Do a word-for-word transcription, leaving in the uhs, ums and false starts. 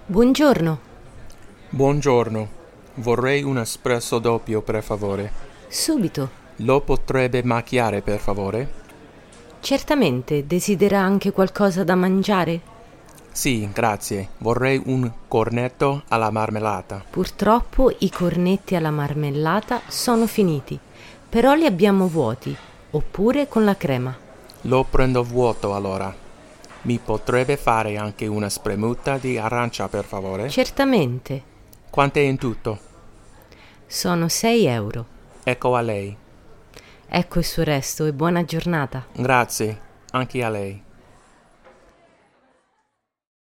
Buongiorno. Buongiorno, vorrei un espresso doppio per favore. Subito. Lo potrebbe macchiare per favore? Certamente, desidera anche qualcosa da mangiare? Sì, grazie. Vorrei un cornetto alla marmellata. Purtroppo i cornetti alla marmellata sono finiti, però li abbiamo vuoti, oppure con la crema. Lo prendo vuoto allora. Mi potrebbe fare anche una spremuta di arancia per favore? Certamente. Quant'è in tutto? Sono sei euro. Ecco a lei. Ecco il suo resto e buona giornata. Grazie, anche a lei.